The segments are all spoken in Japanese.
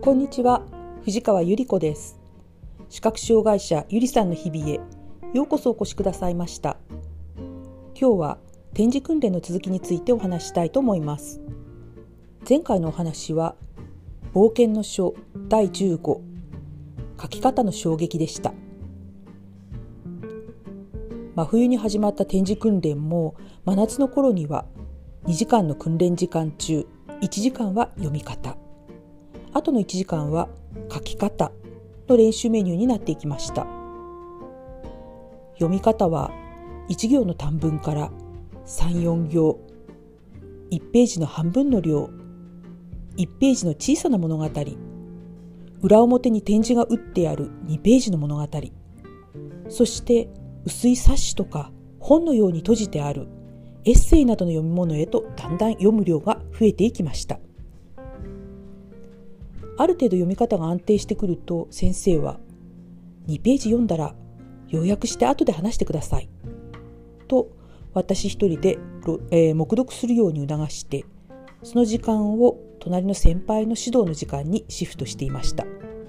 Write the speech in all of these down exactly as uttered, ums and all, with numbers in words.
こんにちは、藤川ゆり子です。視覚障害者ゆりさんの日々へようこそお越しくださいました。今日は展示訓練の続きについてお話したいと思います。前回のお話は冒険の書だいじゅうご、書き方の衝撃でした。真冬に始まった展示訓練も真夏の頃にはにじかんの訓練時間中いちじかんは読み方、あとのいちじかんは書き方の練習メニューになっていきました。読み方はいち行の短文からさん、よん行、いちページの半分の量、いちページの小さな物語、裏表に点字が打ってあるにページの物語、そして薄い冊子とか本のように閉じてあるエッセイなどの読み物へとだんだん読む量が増えていきました。ある程度読み方が安定してくると先生はにページ読んだら要約して後で話してくださいと私一人で、えー、黙読するように促して、その時間を隣の先輩の指導の時間にシフトしていました。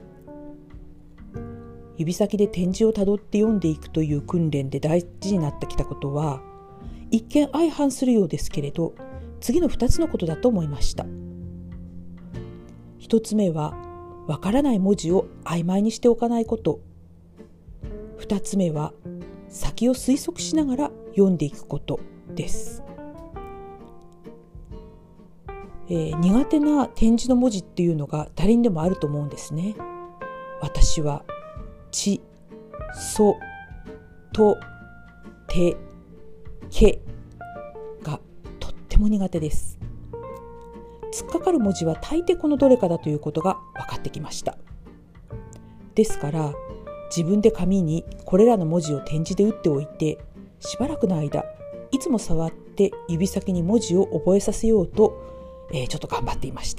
指先で点字をたどって読んでいくという訓練で大事になってきたことは、一見相反するようですけれど、次のふたつのことだと思いました。ひとつめは、わからない文字を曖昧にしておかないこと。ふたつめは、先を推測しながら読んでいくことです。えー、苦手な点字の文字っていうのが誰にでもあると思うんですね。私はち、そ、と、て、けがとっても苦手です。突っかかる文字は大抵このどれかだということが分かってきました。ですから自分で紙にこれらの文字を点字で打っておいて、しばらくの間いつも触って指先に文字を覚えさせようと、えー、ちょっと頑張っていました。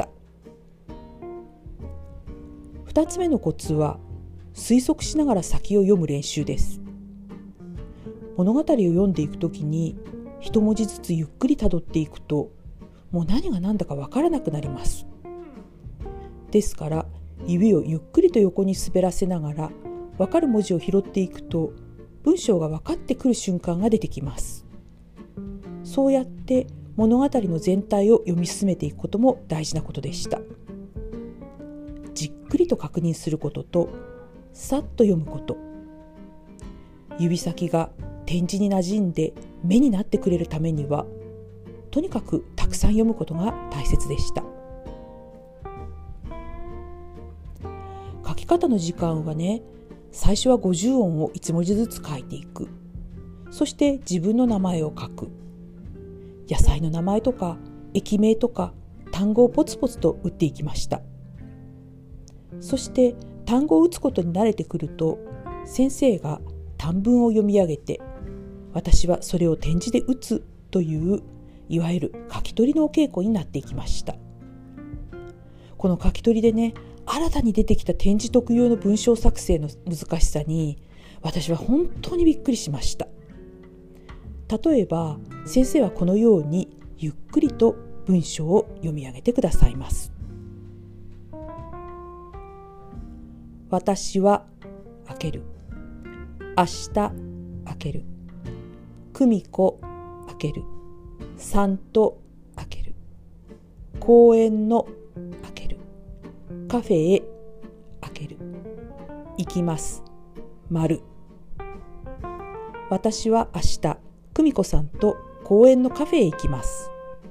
ふたつめのコツは推測しながら先を読む練習です。物語を読んでいくときに一文字ずつゆっくりたどっていくと、もう何が何だかわからなくなります。ですから指をゆっくりと横に滑らせながらわかる文字を拾っていくと、文章が分かってくる瞬間が出てきます。そうやって物語の全体を読み進めていくことも大事なことでした。じっくりと確認することと、さっと読むこと、指先が点字に馴染んで目になってくれるためには、とにかくたくさん読むことが大切でした。書き方の時間はね、最初はごじゅう音をいち文字ずつ書いていく。そして自分の名前を書く。野菜の名前とか駅名とか単語をポツポツと打っていきました。そして単語を打つことに慣れてくると、先生が短文を読み上げて、私はそれを点字で打つといういわゆる書き取りのお稽古になっていきました。この書き取りでね、新たに出てきた点字特有の文章作成の難しさに私は本当にびっくりしました。例えば先生はこのようにゆっくりと文章を読み上げてくださいます。私は開ける、明日開ける、久美子開ける、さんと開ける、公園の開ける、カフェへ開ける、行きます、丸。私は明日久美子さんと公園のカフェへ行きます。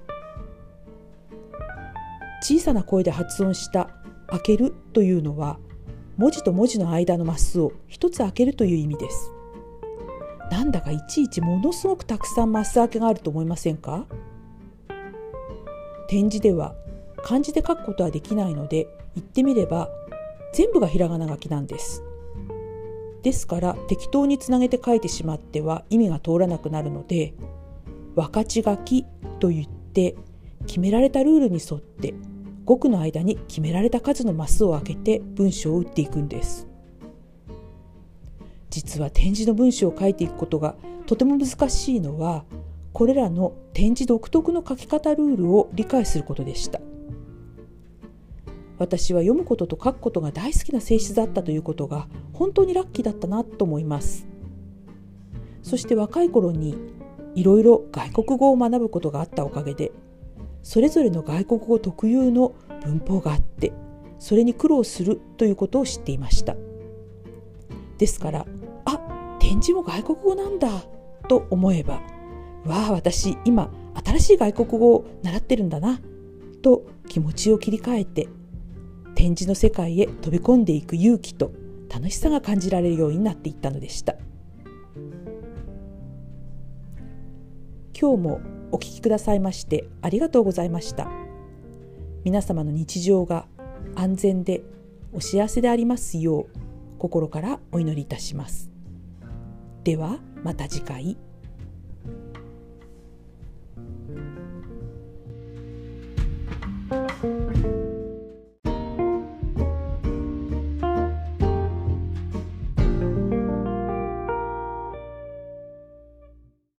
小さな声で発音した開けるというのは、文字と文字の間のマスを一つ開けるという意味です。なんだかいちいちものすごくたくさんマス開けがあると思いませんか？点字では漢字で書くことはできないので、言ってみれば全部がひらがな書きなんです。ですから適当につなげて書いてしまっては意味が通らなくなるので、分かち書きといって決められたルールに沿って語句の間に決められた数のマスを開けて文章を打っていくんです。実は点字の文章を書いていくことがとても難しいのは、これらの点字独特の書き方ルールを理解することでした。 私は読むことと書くことが大好きな性質だったということが本当にラッキーだったなと思います。そして若い頃にいろいろ外国語を学ぶことがあったおかげで、それぞれの外国語特有の文法があって、それに苦労するということを知っていました。ですから、あ、点字も外国語なんだと思えば、わあ、私今新しい外国語を習ってるんだなと気持ちを切り替えて、点字の世界へ飛び込んでいく勇気と楽しさが感じられるようになっていったのでした。今日もお聞きくださいましてありがとうございました。皆様の日常が安全でお幸せでありますよう心からお祈りいたします。ではまた次回。